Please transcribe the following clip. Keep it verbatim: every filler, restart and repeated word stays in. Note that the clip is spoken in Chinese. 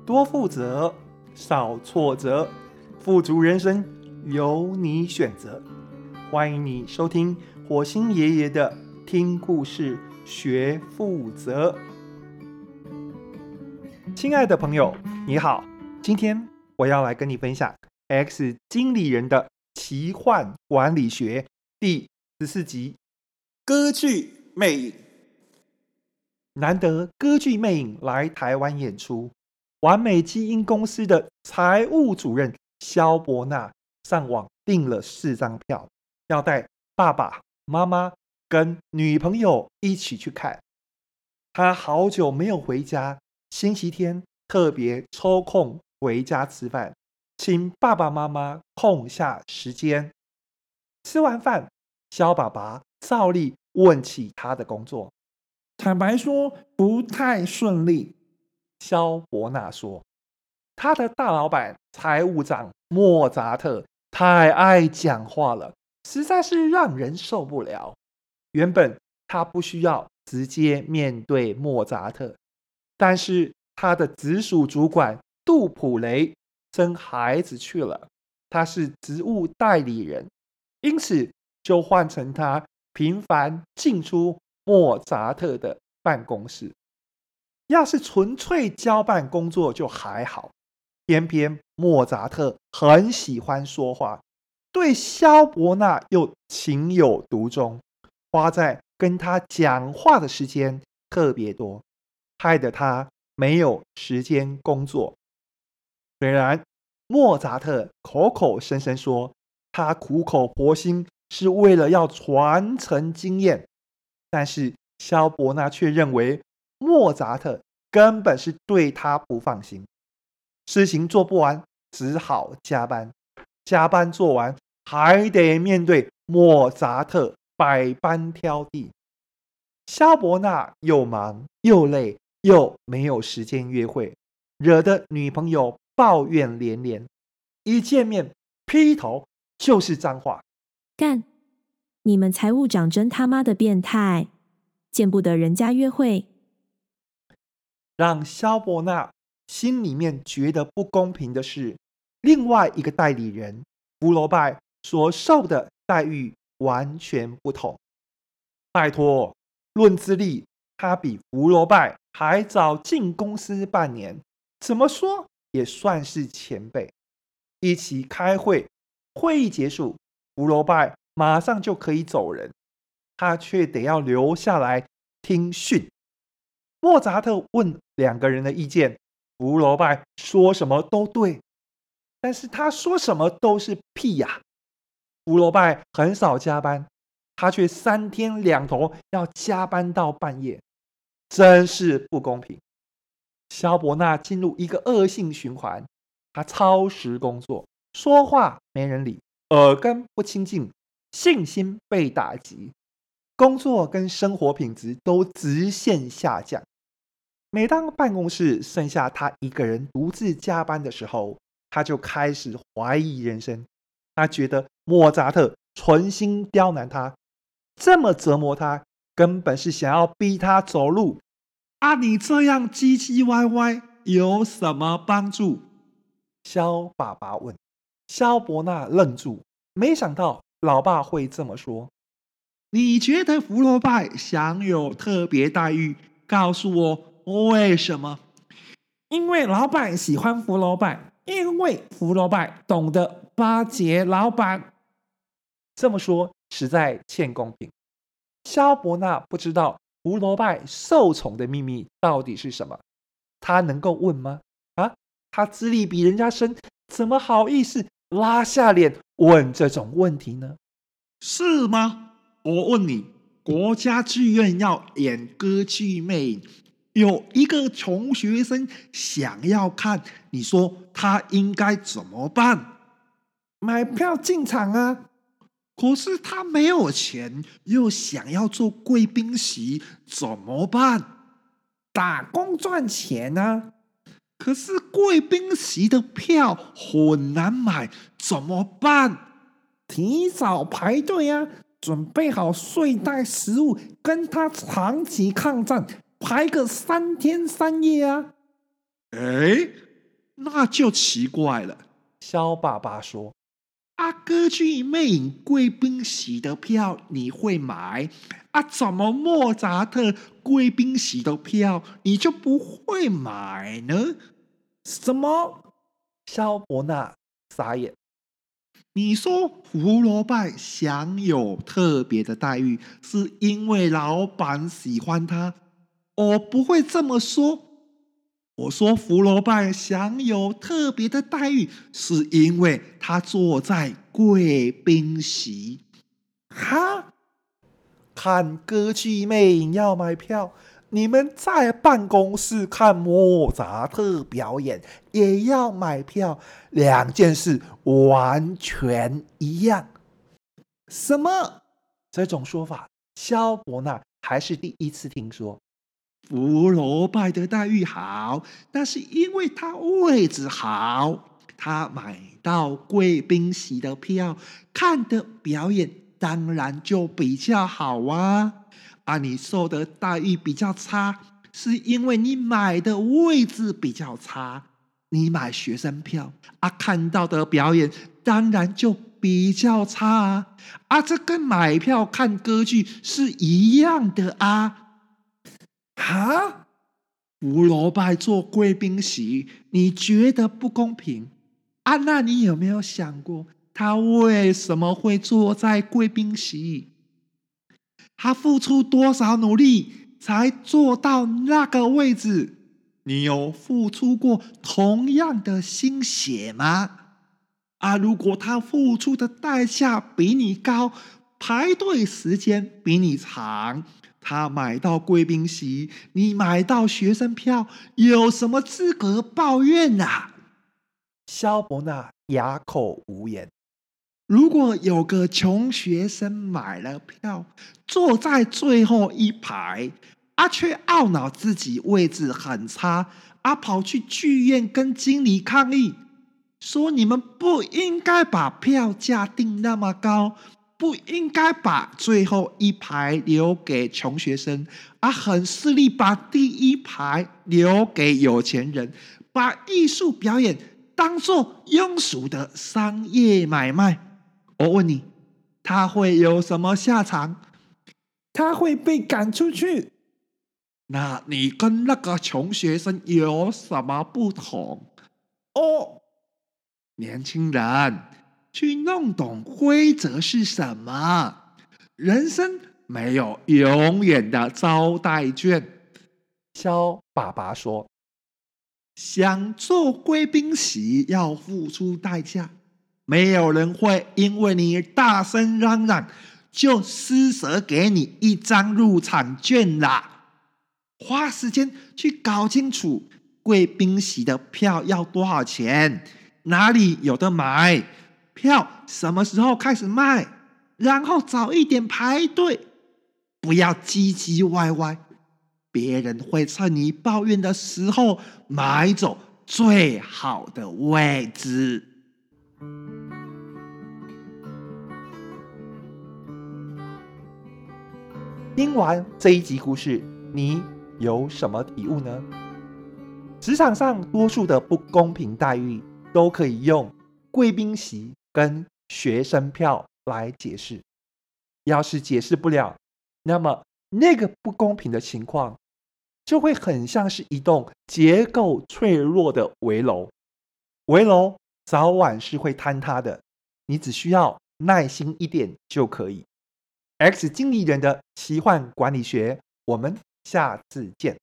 多负责，少挫折，富足人生由你选择。欢迎你收听火星爷爷的听故事学富责。亲爱的朋友，你好，今天我要来跟你分享 X 经理人的奇幻管理学第十四集，歌剧魅影。难得歌剧魅影来台湾演出，完美基因公司的财务主任萧伯纳上网订了四张票，要带爸爸妈妈跟女朋友一起去看。他好久没有回家，星期天特别抽空回家吃饭，请爸爸妈妈空下时间。吃完饭，萧爸爸照例问起他的工作。 坦白说，不太顺利。 萧伯纳说，他的大老板财务长莫扎特太爱讲话了，实在是让人受不了。原本他不需要直接面对莫扎特，但是他的直属主管杜普雷生孩子去了，他是职务代理人，因此就换成他频繁进出莫扎特的办公室。要是纯粹交办工作就还好，偏偏莫扎特很喜欢说话，对萧伯纳又情有独钟，花在跟他讲话的时间特别多，害得他没有时间工作。虽然莫扎特口口声声说他苦口婆心是为了要传承经验，但是萧伯纳却认为莫扎特根本是对他不放心，事情做不完只好加班，加班做完还得面对莫扎特百般挑剔。萧伯纳又忙又累又没有时间约会，惹得女朋友抱怨连连，一见面劈头就是脏话。 干！你们财务长真他妈的变态，见不得人家约会。 让萧伯纳心里面觉得不公平的是，另外一个代理人福罗拜所受的待遇完全不同。拜托，论资历，他比福罗拜还早进公司半年，怎么说也算是前辈。一起开会，会议结束，福罗拜马上就可以走人，他却得要留下来听训。莫扎特问两个人的意见，福罗拜说什么都对，但是他说什么都是屁呀、啊。福罗拜很少加班，他却三天两头要加班到半夜，真是不公平。萧伯纳进入一个恶性循环，他超时工作，说话没人理，耳根不清净，信心被打击，工作跟生活品质都直线下降。每当办公室剩下他一个人独自加班的时候，他就开始怀疑人生。他觉得莫扎特存心刁难他，这么折磨他，根本是想要逼他走路。 啊，你这样唧唧歪歪有什么帮助？ 萧爸爸问。萧伯纳愣住，没想到老爸会这么说。 你觉得福罗拜享有特别待遇？告诉我为什么？因为老板喜欢福罗拜，因为福罗拜懂得巴结老板。 这么说实在欠公平。萧伯纳不知道福罗拜受宠的秘密到底是什么，他能够问吗？啊，他资历比人家深，怎么好意思拉下脸问这种问题呢？ 是吗？我问你，国家剧院要演歌剧魅影，有一个穷学生想要看，你说他应该怎么办？ 买票进场啊！ 可是他没有钱，又想要做贵宾席，怎么办？ 打工赚钱啊！ 可是贵宾席的票很难买，怎么办？ 提早排队啊！准备好睡袋食物，跟他长期抗战，排个三天三夜啊！ 哎， 那就奇怪了。 肖爸爸说：“ 啊，歌剧魅影贵宾席的票你会买啊？怎么莫扎特贵宾席的票你就不会买呢？” 什么？肖伯纳傻眼。 你说福楼拜享有特别的待遇，是因为老板喜欢他？我不会这么说。我说福楼拜享有特别的待遇，是因为他坐在贵宾席。 哈？看歌剧魅影要买票，你们在办公室看莫扎特表演也要买票，两件事完全一样。 什么？ 这种说法，肖伯纳还是第一次听说。 福楼拜的待遇好，那是因为他位置好，他买到贵宾席的票，看的表演当然就比较好啊。啊，你受的待遇比较差，是因为你买的位置比较差。你买学生票啊，看到的表演当然就比较差啊。啊，这跟买票看歌剧是一样的啊。 哈？ 福楼拜坐贵宾席，你觉得不公平啊？那你有没有想过，他为什么会坐在贵宾席？他付出多少努力才坐到那个位置？你有付出过同样的心血吗？啊，如果他付出的代价比你高，排队时间比你长，他买到贵宾席，你买到学生票，有什么资格抱怨啊？ 肖伯纳哑口无言。 如果有个穷学生买了票，坐在最后一排，啊，却懊恼自己位置很差，啊，跑去剧院跟经理抗议，说你们不应该把票价定那么高，不应该把最后一排留给穷学生，啊，很势利把第一排留给有钱人，把艺术表演当作庸俗的商业买卖。我问你，他会有什么下场？ 他会被赶出去。 那你跟那个穷学生有什么不同？哦，年轻人，去弄懂规则是什么。人生没有永远的招待券。 肖爸爸说：“ 想坐贵宾席要付出代价，没有人会因为你大声嚷嚷就施舍给你一张入场券啦。花时间去搞清楚贵宾席的票要多少钱，哪里有得买，票什么时候开始卖，然后早一点排队，不要唧唧歪歪，别人会趁你抱怨的时候买走最好的位置。” 听完这一集故事，你有什么体悟呢？职场上多数的不公平待遇都可以用贵宾席跟学生票来解释。要是解释不了，那么那个不公平的情况就会很像是一栋结构脆弱的危楼，危楼早晚是会坍塌的，你只需要耐心一点就可以。X 经理人的奇幻管理学，我们下次见。